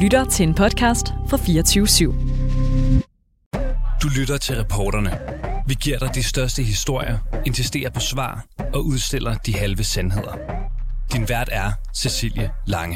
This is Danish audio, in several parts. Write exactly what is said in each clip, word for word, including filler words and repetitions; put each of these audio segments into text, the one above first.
lytter til en podcast fra fireogtyve syv. Du lytter til Reporterne. Vi giver dig de største historier, insisterer på svar og udstiller de halve sandheder. Din vært er Cecilie Lange.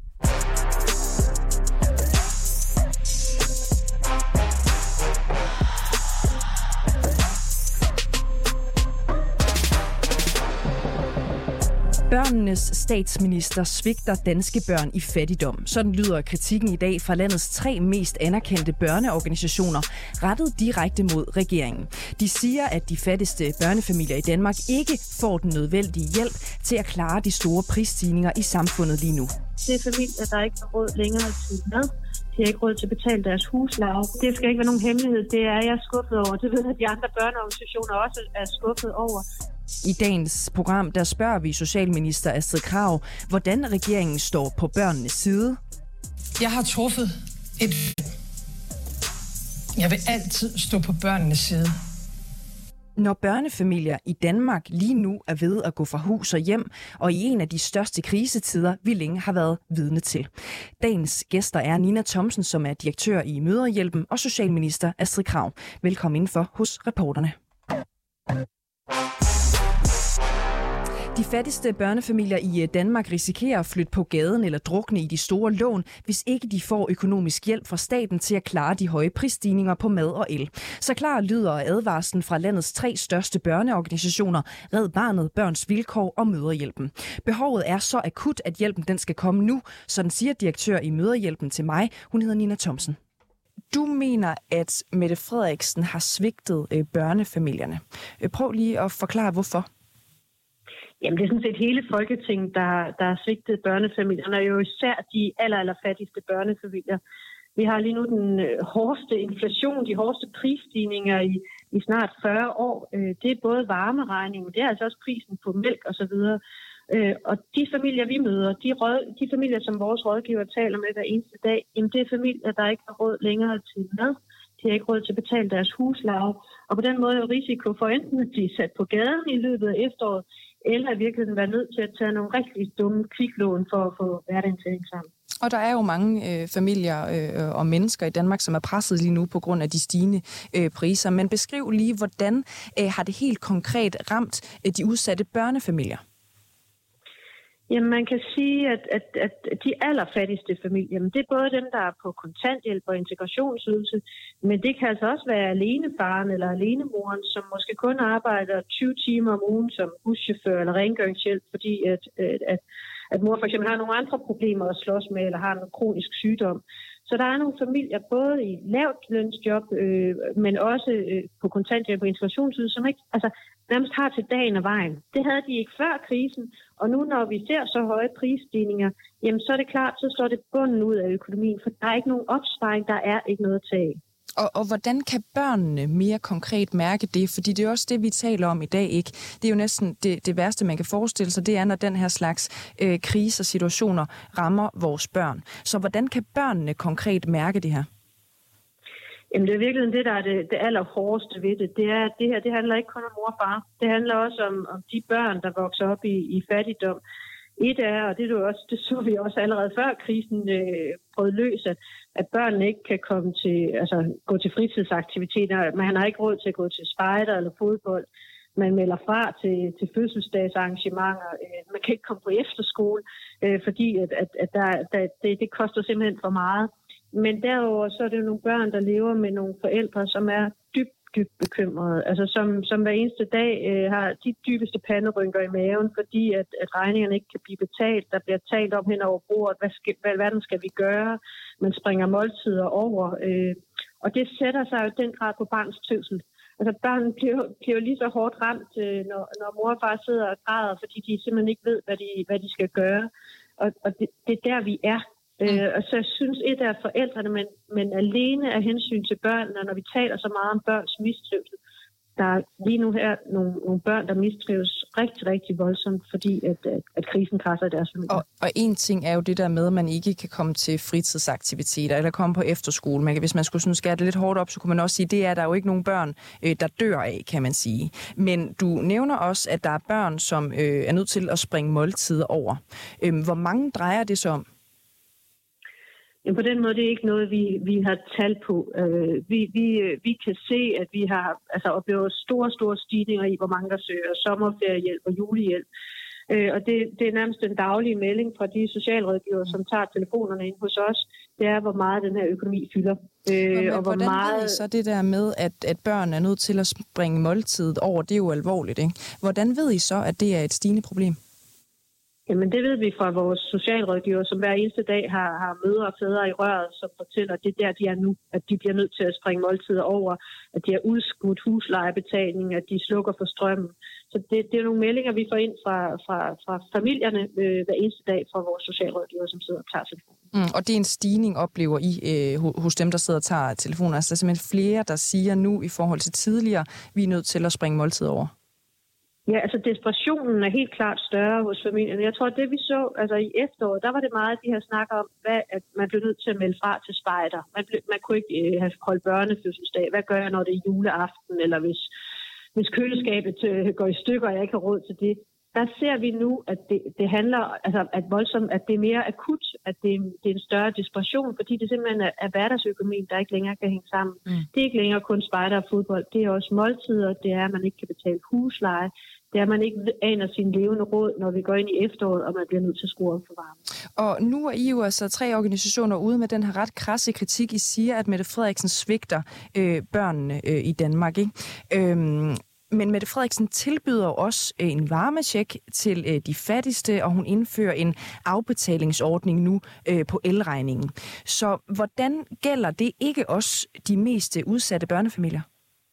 Børnenes statsminister svigter danske børn i fattigdom. Sådan lyder kritikken i dag fra landets tre mest anerkendte børneorganisationer, rettet direkte mod regeringen. De siger, at de fattigste børnefamilier i Danmark ikke får den nødvendige hjælp til at klare de store prisstigninger i samfundet lige nu. Det er familier, der ikke har råd længere til mad. De har ikke råd til at betale deres husleje. Det skal ikke være nogen hemmelighed. Det er jeg skuffet over. Det ved jeg, at de andre børneorganisationer også er skuffet over. I dagens program, der spørger vi socialminister Astrid Krag, hvordan regeringen står på børnenes side. Jeg har truffet et... Jeg vil altid stå på børnenes side. Når børnefamilier i Danmark lige nu er ved at gå fra hus og hjem, og i en af de største krisetider, vi længe har været vidne til. Dagens gæster er Nina Thomsen, som er direktør i Mødrehjælpen, og socialminister Astrid Krag. Velkommen indenfor hos Reporterne. De fattigste børnefamilier i Danmark risikerer at flytte på gaden eller drukne i de store lån, hvis ikke de får økonomisk hjælp fra staten til at klare de høje prisstigninger på mad og el. Så klar lyder advarslen fra landets tre største børneorganisationer, Red Barnet, Børns Vilkår og Mødrehjælpen. Behovet er så akut, at hjælpen den skal komme nu, sådan siger direktør i Mødrehjælpen til mig. Hun hedder Nina Thomsen. Du mener, at Mette Frederiksen har svigtet børnefamilierne. Prøv lige at forklare, hvorfor. Jamen, det er sådan set hele Folketinget, der, der har svigtet børnefamilierne, og jo især de aller, aller fattigste børnefamilier. Vi har lige nu den hårdeste inflation, de hårdeste prisstigninger i, i snart fyrre år. Det er både varmeregning, men det er altså også prisen på mælk osv. Og de familier, vi møder, de, råd, de familier, som vores rådgiver taler med hver eneste dag, jamen det er familier, der ikke har råd længere til mad. De har ikke råd til at betale deres husleje. Og på den måde er risiko for enten at blive sat på gaden i løbet af efteråret, eller i virkeligheden være nødt til at tage nogle rigtig dumme kviklån for at få hverdagen til at hænge sammen. Og der er jo mange øh, familier øh, og mennesker i Danmark, som er presset lige nu på grund af de stigende øh, priser. Men beskriv lige, hvordan øh, har det helt konkret ramt øh, de udsatte børnefamilier? Jamen, man kan sige, at, at, at de allerfattigste familier, det er både dem, der er på kontanthjælp og integrationsydelse, men det kan altså også være alenefaren eller alenemoren, som måske kun arbejder tyve timer om ugen som buschauffør eller rengøringshjælp, fordi at, at, at mor for eksempel har nogle andre problemer at slås med eller har en kronisk sygdom. Så der er nogle familier, både i lavt lønsjob, øh, men også øh, på kontanthjælp og integrationsydelse, som ikke altså, nærmest har til dagen og vejen. Det havde de ikke før krisen, og nu når vi ser så høje prisstigninger, jamen så er det klart, så slår det bunden ud af økonomien, for der er ikke nogen opsparing, der er ikke noget at tage. Og, og hvordan kan børnene mere konkret mærke det? Fordi det er også det, vi taler om i dag, ikke? Det er jo næsten det, det værste, man kan forestille sig, det er, når den her slags øh, kriser og situationer rammer vores børn. Så hvordan kan børnene konkret mærke det her? Jamen det er virkelig det, der er det, det allerhårdeste ved det. Det er, at det her det handler ikke kun om mor og far. Det handler også om, om de børn, der vokser op i, i fattigdom. Et er, og det, er også, det så vi også allerede før krisen øh, prøvede løs, at, at børnene ikke kan komme til, altså, gå til fritidsaktiviteter. Man har ikke råd til at gå til spejder eller fodbold. Man melder fra til, til fødselsdagsarrangementer. Øh, man kan ikke komme på efterskole, øh, fordi at, at, at der, der, det, det koster simpelthen for meget. Men derudover så er det jo nogle børn, der lever med nogle forældre, som er dybt, dybt bekymrede. Altså som, som hver eneste dag øh, har de dybeste panderynker i maven, fordi at, at regningerne ikke kan blive betalt. Der bliver talt om hen over bordet, hvad, skal, hvad verden skal vi gøre? Man springer måltider over. Øh, og det sætter sig jo i den grad på barns trivsel. Altså børn bliver, bliver lige så hårdt ramt, øh, når, når mor og far sidder og græder, fordi de simpelthen ikke ved, hvad de, hvad de skal gøre. Og, og det, det er der, vi er. Mm. Øh, og så jeg synes, et af forældrene, men, men alene af hensyn til børnene, når vi taler så meget om børns mistrivsel, der er lige nu her nogle, nogle børn, der mistrives rigtig, rigtig voldsomt, fordi at, at, at krisen krasser i deres familie. Og, og en ting er jo det der med, at man ikke kan komme til fritidsaktiviteter eller komme på efterskole. Man kan, hvis man skulle sådan skære det lidt hårdt op, så kunne man også sige, at det er der jo ikke nogen børn, øh, der dør af, kan man sige. Men du nævner også, at der er børn, som øh, er nødt til at springe måltider over. Øh, hvor mange drejer det så om? Men på den måde det er ikke noget, vi, vi har tal på. Uh, vi, vi, vi kan se, at vi har altså, oplevet store, store stigninger i, hvor mange der søger sommerferiehjælp og julehjælp. Uh, og det, det er nærmest en daglig melding fra de socialrådgivere, som tager telefonerne ind hos os. Det er, hvor meget den her økonomi fylder. Uh, Men, og hvor hvordan meget... ved I så det der med, at, at børn er nødt til at springe måltidet over? Det er jo alvorligt, ikke? Hvordan ved I så, at det er et stigende problem? Jamen det ved vi fra vores socialrådgiver, som hver eneste dag har, har mødre og fædre i røret, som fortæller, at det er der, de er nu. At de bliver nødt til at springe måltider over, at de har udskudt huslejebetaling, at de slukker for strømmen. Så det, det er nogle meldinger, vi får ind fra, fra, fra familierne øh, hver eneste dag fra vores socialrådgiver, som sidder og tager telefonen. Mm, og det er en stigning, oplever I øh, hos dem, der sidder og tager telefoner. Altså der er simpelthen flere, der siger nu i forhold til tidligere, vi er nødt til at springe måltid over. Ja, altså desperationen er helt klart større hos familierne. Jeg tror, at det vi så altså i efteråret, der var det meget, de her snakker om, hvad, at man blev nødt til at melde fra til spejder. Man, blev, man kunne ikke øh, have holdt børnefødselsdag. Hvad gør jeg, når det er juleaften, eller hvis, hvis køleskabet øh, går i stykker, og jeg ikke har råd til det. Der ser vi nu, at det, det handler altså, at voldsomt, at det er mere akut, at det, det er en større desperation, fordi det simpelthen er, er hverdagsøkonomien, der ikke længere kan hænge sammen. Mm. Det er ikke længere kun spejder og fodbold, det er også måltider, det er, at man ikke kan betale husleje, det er, at man ikke aner sin levende råd, når vi går ind i efteråret, og man bliver nødt til at skrue op for varmen. Og nu er I jo altså tre organisationer ude med den her ret krasse kritik. I siger, at Mette Frederiksen svigter øh, børnene øh, i Danmark, ikke? Øhm, Men Mette Frederiksen tilbyder også en varmecheck til de fattigste, og hun indfører en afbetalingsordning nu på elregningen. Så hvordan gælder det ikke også de mest udsatte børnefamilier?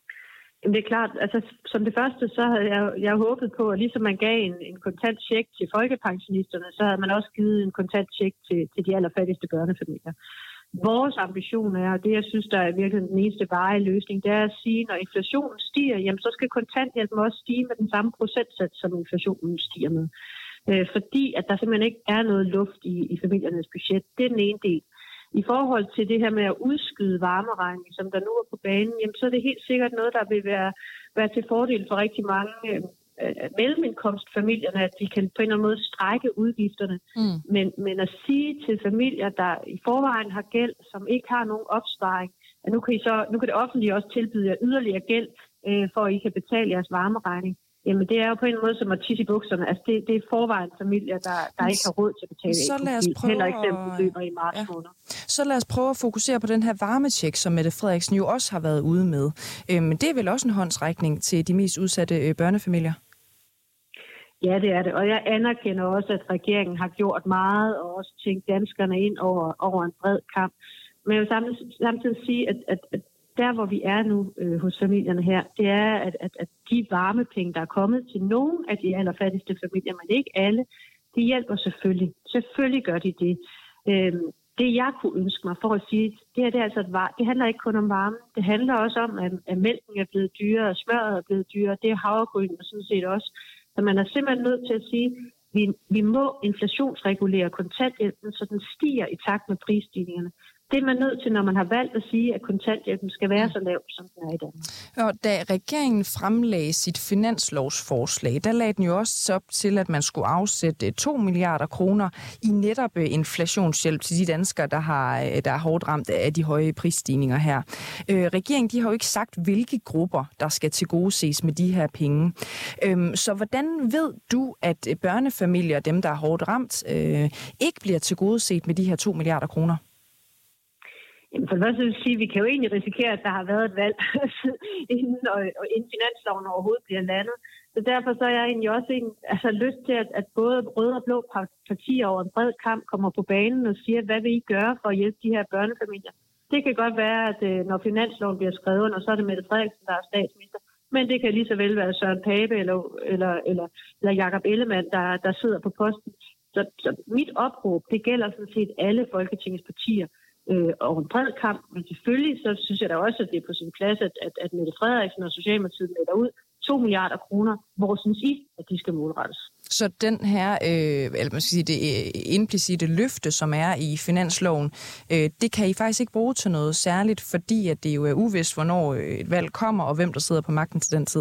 Det er klart, altså som det første, så havde jeg, jeg håbet på, at ligesom man gav en, en kontant check til folkepensionisterne, så havde man også givet en kontant check til, til de allerfattigste børnefamilier. Vores ambition er, og det jeg synes, der er virkelig den eneste varige løsning, det er at sige, når inflationen stiger, jamen så skal kontanthjælpen også stige med den samme procentsats, som inflationen stiger med. Øh, fordi at der simpelthen ikke er noget luft i, i familiernes budget. Det er den ene del. I forhold til det her med at udskyde varmeregning, som der nu er på banen, jamen så er det helt sikkert noget, der vil være, være til fordel for rigtig mange øh, mellemindkomstfamilierne, at de kan på en eller anden måde strække udgifterne. Mm. Men, men at sige til familier, der i forvejen har gæld, som ikke har nogen opsparing, at nu kan, I så, nu kan det offentlige også tilbyde jer yderligere gæld, øh, for at I kan betale jeres varmeregning. Jamen det er jo på en måde som at tisse i bukserne. Altså det, det er forvejen familier, der, der ikke har råd til at betale. Så lad os prøve heller ikke dem, løber i marts måned. Ja. Så lad os prøve at fokusere på den her varmecheck, som Mette Frederiksen jo også har været ude med. Men det er vel også en håndsrækning til de mest udsatte børnefamilier? Ja, det er det. Og jeg anerkender også, at regeringen har gjort meget og også tænkt danskerne ind over, over en bred kamp. Men jeg vil samtidig, samtidig sige, at, at, at der, hvor vi er nu øh, hos familierne her, det er, at, at, at de varmepenge, der er kommet til nogle af de allerfattigste familier, men ikke alle, de hjælper selvfølgelig. Selvfølgelig gør de det. Øhm, det, jeg kunne ønske mig for at sige, det, her, det, er altså et var- det handler ikke kun om varme. Det handler også om, at, at mælken er blevet dyrere, og smøret er blevet dyrere. Det er havregryn og sådan set også. Så man er simpelthen nødt til at sige, at vi, vi må inflationsregulere kontanthjælpen, så den stiger i takt med prisstigningerne. Det er man nødt til, når man har valgt at sige, at kontanthjælpen skal være så lav, som den er i Danmark. Og da regeringen fremlagde sit finanslovsforslag, der lagde den jo også op til, at man skulle afsætte to milliarder kroner i netop inflationshjælp til de danskere, der, har, der er hårdt ramt af de høje prisstigninger her. Øh, regeringen de har jo ikke sagt, hvilke grupper, der skal tilgodeses med de her penge. Øh, så hvordan ved du, at børnefamilier, dem der er hårdt ramt, øh, ikke bliver tilgodeset med de her to milliarder kroner? Jamen for det første vil jeg sige, at vi kan jo egentlig risikere, at der har været et valg, inden, og, og inden finansloven overhovedet bliver landet. Så derfor så er jeg egentlig også en, altså, lyst til, at, at både røde og blå partier over en bred kamp kommer på banen og siger, hvad vil I gøre for at hjælpe de her børnefamilier? Det kan godt være, at når finansloven bliver skrevet, og så er det Mette Frederiksen, der er statsminister. Men det kan lige så vel være Søren Pape eller, eller, eller, eller Jakob Ellemann, der, der sidder på posten. Så, så mit opråb, det gælder sådan set alle Folketingets partier. Øh, og en bred kamp, men selvfølgelig så synes jeg da også, at det er på sin plads, at, at, at Mette Frederiksen og Socialdemokratiet melder ud to milliarder kroner, hvor synes I, at de skal målrettes. Så den her, øh, eller man skal sige, det implicite løfte, som er i finansloven, øh, det kan I faktisk ikke bruge til noget særligt, fordi at det jo er uvist, hvornår et valg kommer, og hvem der sidder på magten til den tid?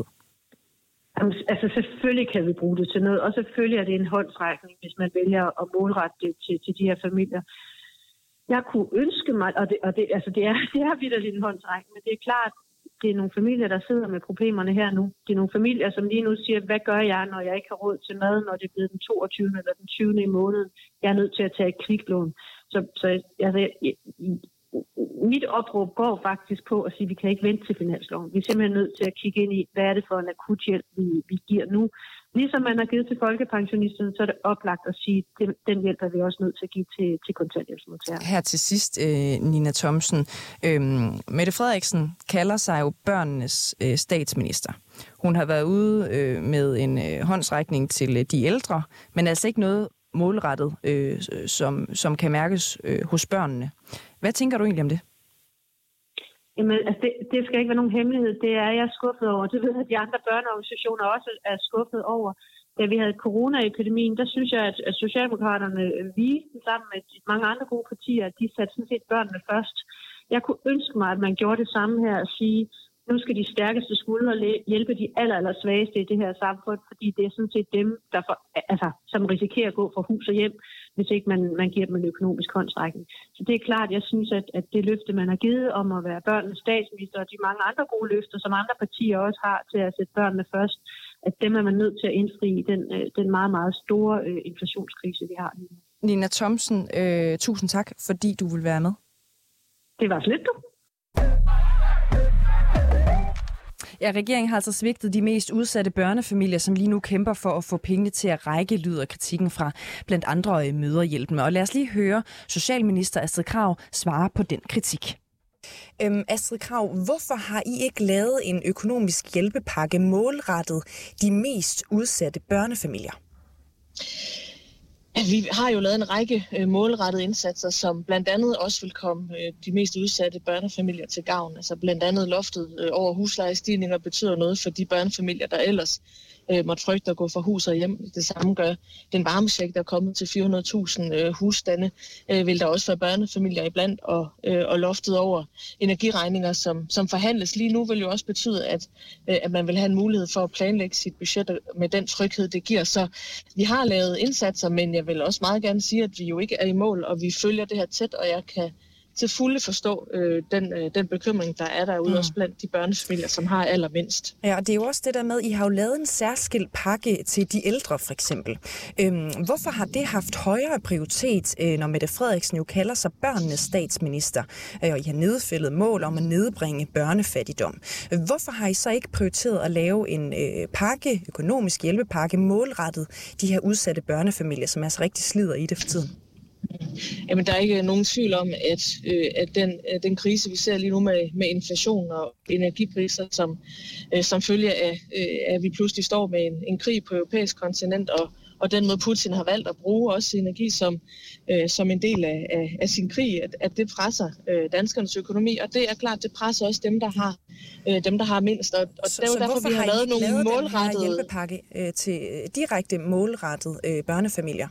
Jamen, altså selvfølgelig kan vi bruge det til noget, og selvfølgelig er det en håndsrækning, hvis man vælger at målrette det til, til de her familier. jeg kunne ønske mig, og det, og det, altså det er, det er vitterligt en håndsrækning, men det er klart, det er nogle familier, der sidder med problemerne her nu. Det er nogle familier, som lige nu siger, hvad gør jeg, når jeg ikke har råd til mad, når det er blevet den toogtyvende eller den tyvende i måneden. Jeg er nødt til at tage et kviklån. Så, så altså, mit opråb går faktisk på at sige, at vi kan ikke vente til finansloven. Vi er simpelthen nødt til at kigge ind i, hvad er det for en akut hjælp, vi, vi giver nu. Ligesom man har givet til folkepensionisterne, så er det oplagt at sige, at den hjælp er vi også nødt til at give til, til kontanthjælpsmodtagere. Her til sidst, øh, Nina Thomsen. Øhm, Mette Frederiksen kalder sig jo børnenes øh, statsminister. Hun har været ude øh, med en øh, håndsrækning til øh, de ældre, men altså ikke noget målrettet, øh, som, som kan mærkes øh, hos børnene. Hvad tænker du egentlig om det? Jamen, altså det, det skal ikke være nogen hemmelighed. Det er jeg skuffet over. Det ved jeg, at de andre børneorganisationer også er skuffet over. Da vi havde coronaepidemien, der synes jeg, at Socialdemokraterne, vi sammen med mange andre gode partier, de satte sådan set børnene først. Jeg kunne ønske mig, at man gjorde det samme her og sige, nu skal de stærkeste skuldre hjælpe de aller, aller svageste i det her samfund, fordi det er sådan set dem, der for, altså, som risikerer at gå fra hus og hjem, hvis ikke man, man giver dem en økonomisk håndsrækning. Så det er klart, jeg synes, at, at det løfte, man har givet om at være børnenes statsminister, og de mange andre gode løfter, som andre partier også har til at sætte børnene først, at dem er man nødt til at indfri den, den meget, meget store øh, inflationskrise, vi har lige nu. Nina Thomsen, øh, tusind tak, fordi du vil være med. Det var slet du. Ja, regeringen har altså svigtet de mest udsatte børnefamilier, som lige nu kæmper for at få pengene til at række, lyder kritikken fra blandt andre Mødrehjælpen. Og lad os lige høre Socialminister Astrid Krag svare på den kritik. Øhm, Astrid Krag, hvorfor har I ikke lavet en økonomisk hjælpepakke målrettet de mest udsatte børnefamilier? Vi har jo lavet en række øh, målrettede indsatser, som blandt andet også vil komme øh, de mest udsatte børnefamilier til gavn. Altså blandt andet loftet øh, over huslejestigninger betyder noget for de børnefamilier, der ellers øh, måtte frygte at gå fra hus og hjem. Det samme gør den varmecheck, der er kommet til fire hundrede tusind øh, husstande, øh, vil der også være børnefamilier iblandt, og, øh, og loftet over energiregninger, som, som forhandles lige nu, vil jo også betyde, at, øh, at man vil have en mulighed for at planlægge sit budget med den tryghed, det giver. Så vi har lavet indsatser, men jeg vil også meget gerne sige, at vi jo ikke er i mål, og vi følger det her tæt, og jeg kan til fulde forstå øh, den, øh, den bekymring, der er derude, mm. også blandt de børnefamilier, som har allermindst. Ja, og det er jo også det der med, at I har jo lavet en særskilt pakke til de ældre, for eksempel. Øhm, hvorfor har det haft højere prioritet, øh, når Mette Frederiksen jo kalder sig børnenes statsminister, øh, og I har nedfældet mål om at nedbringe børnefattigdom? Hvorfor har I så ikke prioriteret at lave en øh, pakke, økonomisk hjælpepakke, målrettet de her udsatte børnefamilier, som altså rigtig slider i det for tiden? Jamen, der er ikke nogen tvivl om, at, øh, at den, øh, den krise, vi ser lige nu med, med inflation og energipriser, som, øh, som følge af, øh, at vi pludselig står med en, en krig på europæisk kontinent, og, og den måde Putin har valgt at bruge også energi som, øh, som en del af, af, af sin krig, at, at det presser øh, danskernes økonomi, og det er klart, det presser også dem, der har, øh, dem, der har mindst. Og, og så, det er jo derfor, vi har, har lavet nogle lavet målrettede hjælpepakke øh, til direkte målrettet øh, børnefamilier.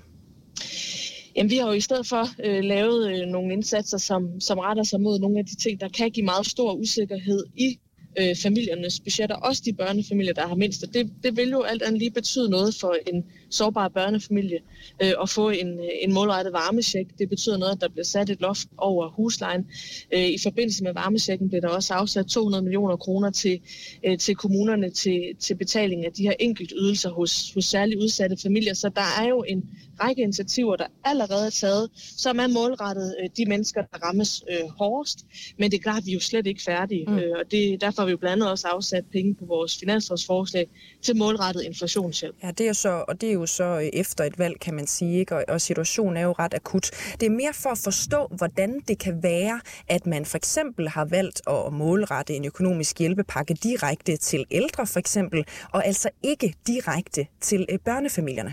Jamen, vi har jo i stedet for øh, lavet øh, nogle indsatser, som, som retter sig mod nogle af de ting, der kan give meget stor usikkerhed i øh, familiernes budgetter. Også de børnefamilier, der har mindst. Det, det vil jo alt andet lige betyde noget for en sårbar børnefamilie øh, at få en, en målrettet varmecheck. Det betyder noget, at der bliver sat et loft over huslejen. Øh, I forbindelse med varmechecken bliver der også afsat to hundrede millioner kroner til, øh, til kommunerne til, til betaling af de her enkeltydelser hos, hos særligt udsatte familier. Så der er jo en række initiativer, der allerede er taget, som er målrettet øh, de mennesker, der rammes øh, hårdest. Men det er klart, at vi er jo slet ikke færdige. Mm. Øh, og det, derfor har vi jo blandt andet også afsat penge på vores finanslovsforslag til målrettet inflationshjælp. Ja, det er jo så, og det er jo så efter et valg, kan man sige, ikke? Og, og situationen er jo ret akut. Det er mere for at forstå, hvordan det kan være, at man for eksempel har valgt at målrette en økonomisk hjælpepakke direkte til ældre for eksempel, og altså ikke direkte til øh, børnefamilierne.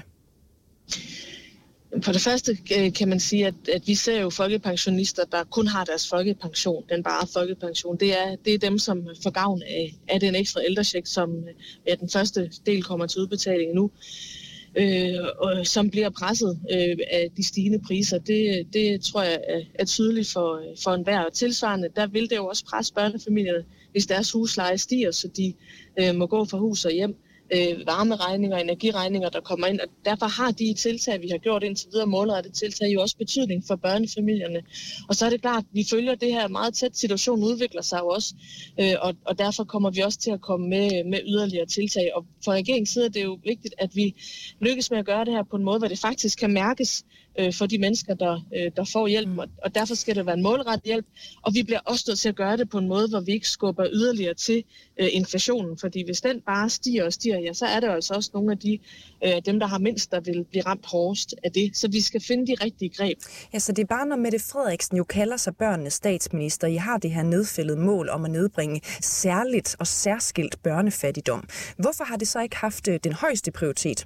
For det første kan man sige, at, at vi ser jo folkepensionister, der kun har deres folkepension, den bare folkepension. Det er, det er dem, som får gavn af, af den ekstra ældrecheck, som ja, den første del kommer til udbetaling nu, øh, og som bliver presset øh, af de stigende priser. Det, det tror jeg er, er tydeligt for, for enhver. Og tilsvarende, der vil det jo også presse børnefamilierne, hvis deres husleje stiger, så de øh, må gå fra hus og hjem. øh, varmeregninger og energiregninger, der kommer ind. Og derfor har de tiltag, vi har gjort indtil videre, målrettet tiltag, jo også betydning for børnefamilierne. Og så er det klart, at vi følger det her meget tæt. Situationen udvikler sig jo også, øh, og, og derfor kommer vi også til at komme med, med yderligere tiltag. Og for regeringens side er det jo vigtigt, at vi lykkes med at gøre det her på en måde, hvor det faktisk kan mærkes øh, for de mennesker, der, øh, der får hjælp. Og, og derfor skal det være en målrettet hjælp. Og vi bliver også nødt til at gøre det på en måde, hvor vi ikke skubber yderligere til øh, inflationen. Fordi hvis den bare stiger og stiger, ja, så er det altså også nogle af de, øh, dem, der har mindst, der vil blive ramt hårdest af det. Så vi skal finde de rigtige greb. Ja, så det er bare, når Mette Frederiksen jo kalder sig børnenes statsminister. I har det her nedfældede mål om at nedbringe særligt og særskilt børnefattigdom. Hvorfor har det så ikke haft øh, den højeste prioritet?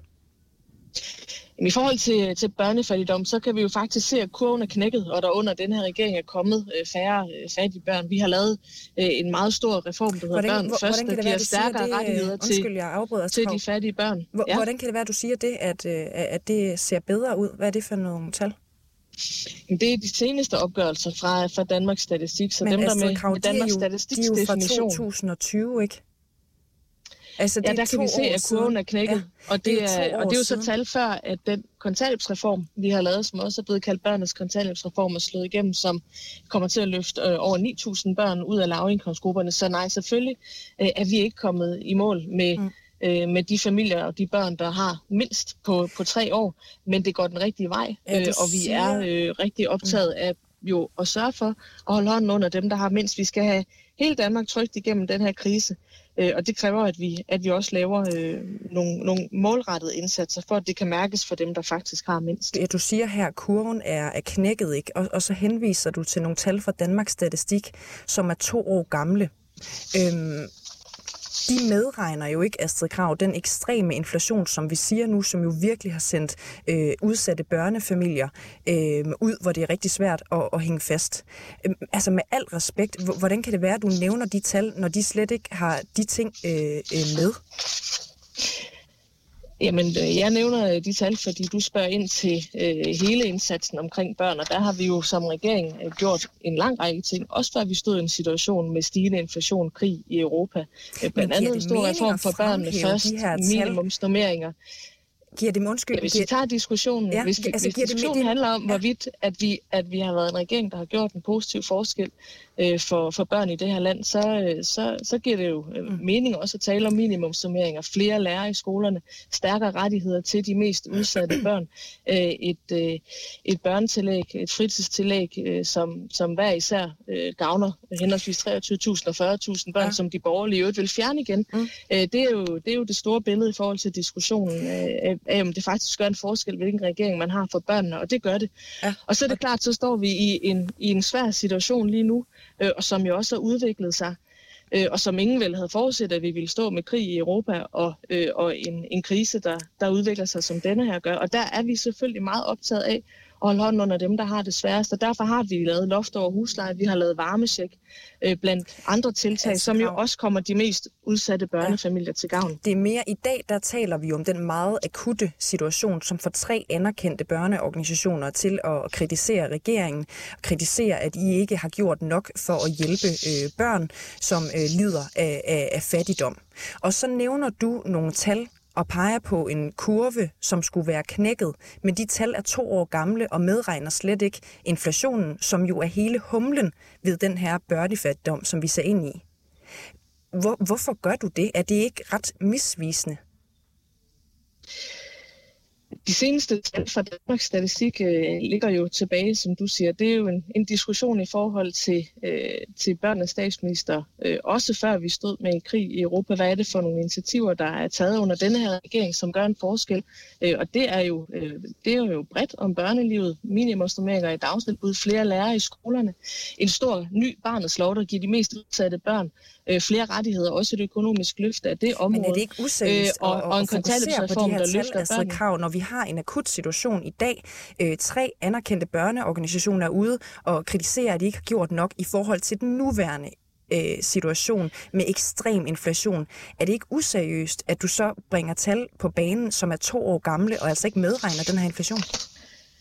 I forhold til, til børnefattigdom, så kan vi jo faktisk se, at kurven er knækket, og der under den her regering er kommet øh, færre øh, fattige børn. Vi har lavet øh, en meget stor reform, der hedder hvordan, Børn hvor, Først, der giver stærkere det, rettigheder undskyld, til, afbryder, til de fattige børn. Hvor, ja. Hvordan kan det være, at du siger det, at, at det ser bedre ud? Hvad er det for nogle tal? Det er de seneste opgørelser fra, fra Danmarks Statistik, så Men dem, Astrid der med, Krag, med Danmarks Statistiks definition. De er jo fra to tusind og tyve, ikke? Altså, ja, der kan vi se, at kurven er knækket, ja, og, det det er, er og det er jo så siden. tal før, at den kontanthjælpsreform, vi har lavet, som også er blevet kaldt børnenes kontanthjælpsreform, er slået igennem, som kommer til at løfte øh, over ni tusind børn ud af lavindkomstgrupperne. Så nej, selvfølgelig øh, er vi ikke kommet i mål med, mm. øh, med de familier og de børn, der har mindst på, på tre år, men det går den rigtige vej, ja, øh, og vi siger... er øh, rigtig optaget mm. af jo at sørge for at holde hånden under dem, der har mindst. Vi skal have hele Danmark trygt igennem den her krise. Og det kræver, at vi, at vi også laver øh, nogle, nogle målrettede indsatser, for at det kan mærkes for dem, der faktisk har mindst. Du siger her, at kurven er, er knækket, ikke? Og, og så henviser du til nogle tal fra Danmarks Statistik, som er to år gamle. Øhm, de medregner jo ikke, Astrid Krag, den ekstreme inflation, som vi siger nu, som jo virkelig har sendt øh, udsatte børnefamilier øh, ud, hvor det er rigtig svært at, at hænge fast. Øh, altså med al respekt, hvordan kan det være, at du nævner de tal, når de slet ikke har de ting øh, øh, med? Jamen, jeg nævner de tal, fordi du spørger ind til øh, hele indsatsen omkring børn, og der har vi jo som regering øh, gjort en lang række ting, også før vi stod i en situation med stigende inflation, krig i Europa. Øh, blandt andet en stor reform for børnene først, minimumsnormeringer. Giver det undskyld? Ja, hvis vi tager diskussionen, ja, hvis, altså, hvis diskussionen det, handler om, ja. hvorvidt at vi, at vi har været en regering, der har gjort en positiv forskel øh, for, for børn i det her land, så, så, så giver det jo øh, mm. mening også at tale om minimumssummeringer, flere lærere i skolerne, stærkere rettigheder til de mest udsatte børn, øh, et, øh, et børnetillæg, et fritidstillæg, øh, som, som hver især øh, gavner henholdsvis treogtyve tusind og fyrre tusind børn, ja. som de borgerlige øvrigt vil fjerne igen. Mm. Øh, det, er jo, det er jo det store billede i forhold til diskussionen øh, af, om det faktisk gør en forskel, hvilken regering man har for børnene, og det gør det. Ja. Og så er det klart, så står vi i en, i en svær situation lige nu, øh, og som jo også har udviklet sig, øh, og som ingen vel havde forudset, at vi ville stå med krig i Europa, og, øh, og en, en krise, der, der udvikler sig, som denne her gør. Og der er vi selvfølgelig meget optaget af at holde hånden under dem, der har det sværest. Og derfor har vi lavet loft over husleje, vi har lavet varmecheck, øh, blandt andre tiltag, altså, som jo også kommer de mest udsatte børnefamilier ja. til gavn. Det er mere i dag, der taler vi om den meget akutte situation, som får tre anerkendte børneorganisationer til at kritisere regeringen, og kritisere, at I ikke har gjort nok for at hjælpe øh, børn, som øh, lider af, af, af fattigdom. Og så nævner du nogle tal, og peger på en kurve, som skulle være knækket, men de tal er to år gamle og medregner slet ikke inflationen, som jo er hele humlen ved den her børnefattigdom, som vi ser ind i. Hvor, hvorfor gør du det? Er det ikke ret misvisende? De seneste tal fra Danmarks Statistik øh, ligger jo tilbage, som du siger. Det er jo en, en diskussion i forhold til, øh, til børnenes statsminister, øh, også før vi stod med en krig i Europa. Hvad er det for nogle initiativer, der er taget under denne her regering, som gør en forskel? Øh, og det er, jo, øh, det er jo bredt om børnelivet, minimumsnormeringer i dagtilbud, flere lærere i skolerne, en stor ny barnets lov, der giver de mest udsatte børn øh, flere rettigheder, også et økonomisk løft af det område. Men er det ikke useriøst øh, og, og, og en kontanthjælpsreform, der løfter børnene? Krav, når vi har en akut situation i dag. Øh, tre anerkendte børneorganisationer er ude og kritiserer, at de ikke har gjort nok i forhold til den nuværende øh, situation med ekstrem inflation. Er det ikke useriøst, at du så bringer tal på banen, som er to år gamle, og altså ikke medregner den her inflation?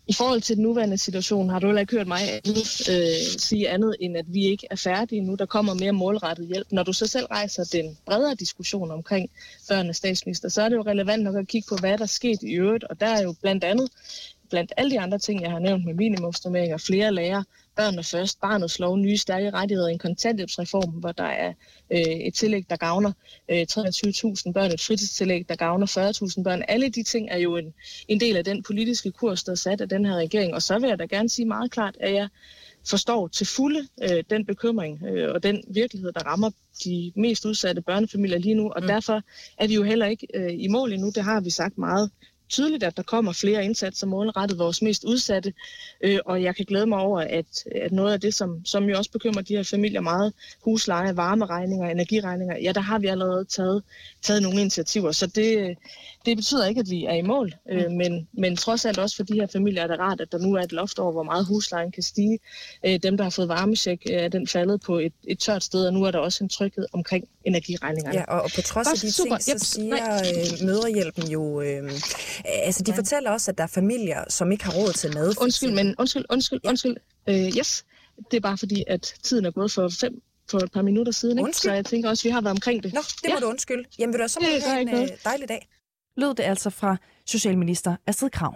I forhold til den nuværende situation har du heller ikke hørt mig øh, sige andet, end at vi ikke er færdige nu. Der kommer mere målrettet hjælp. Når du så selv rejser den bredere diskussion omkring børnenes statsminister, så er det jo relevant nok at kigge på, hvad der er sket i øvrigt. Og der er jo blandt andet, blandt alle de andre ting, jeg har nævnt med minimumsnormeringer, flere lærere, børnene først, barnets lov, nye stærke rettigheder, en kontanthjælpsreform, hvor der er øh, et tillæg, der gavner øh, treogtyve tusind børn, et fritidstillæg, der gavner fyrre tusind børn. Alle de ting er jo en, en del af den politiske kurs, der er sat af den her regering. Og så vil jeg da gerne sige meget klart, at jeg forstår til fulde øh, den bekymring øh, og den virkelighed, der rammer de mest udsatte børnefamilier lige nu. Og mm. derfor er vi jo heller ikke øh, i mål endnu. Det har vi sagt meget tydeligt, at der kommer flere indsatser målrettet vores mest udsatte, øh, og jeg kan glæde mig over, at, at noget af det, som, som jo også bekymrer de her familier meget, husleje, varmeregninger, energiregninger, ja, der har vi allerede taget, taget nogle initiativer, så det, det betyder ikke, at vi er i mål, øh, men, men trods alt også for de her familier er det rart, at der nu er et loft over, hvor meget huslejen kan stige. Øh, dem, der har fået varmecheck, er den faldet på et, et tørt sted, og nu er der også en tryghed omkring energiregningerne. Ja, og, og på trods af de super. ting, så siger øh, Mødrehjælpen jo... Øh, Altså, de fortæller også, at der er familier, som ikke har råd til mad. Undskyld, men undskyld, undskyld, ja. undskyld. Uh, yes, det er bare fordi, at tiden er gået for fem for et par minutter siden, ikke? Så jeg tænker også, at vi har været omkring det. Nå, det må ja. du undskylde. Jamen, vil du så må have en uh, dejlig dag. Lød det altså fra Socialminister Astrid Krag.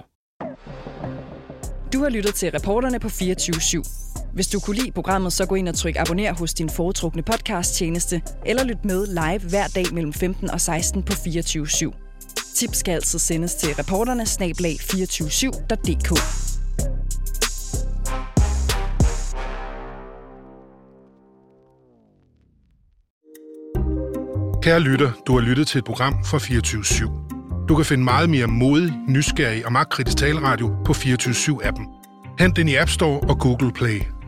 Du har lyttet til Reporterne på fireogtyve syv. Hvis du kunne lide programmet, så gå ind og tryk abonner hos din foretrukne podcast-tjeneste, eller lyt med live hver dag mellem femten og seksten på fireogtyve syv. Tips skal altid sendes til reporterne snabel-a to fire syv punktum d k. Kære lytter, du har lyttet til et program fra fireogtyve syv. Du kan finde meget mere modig, nysgerrig og magtkritisk taleradio på fireogtyve syv appen. Hent den i App Store og Google Play.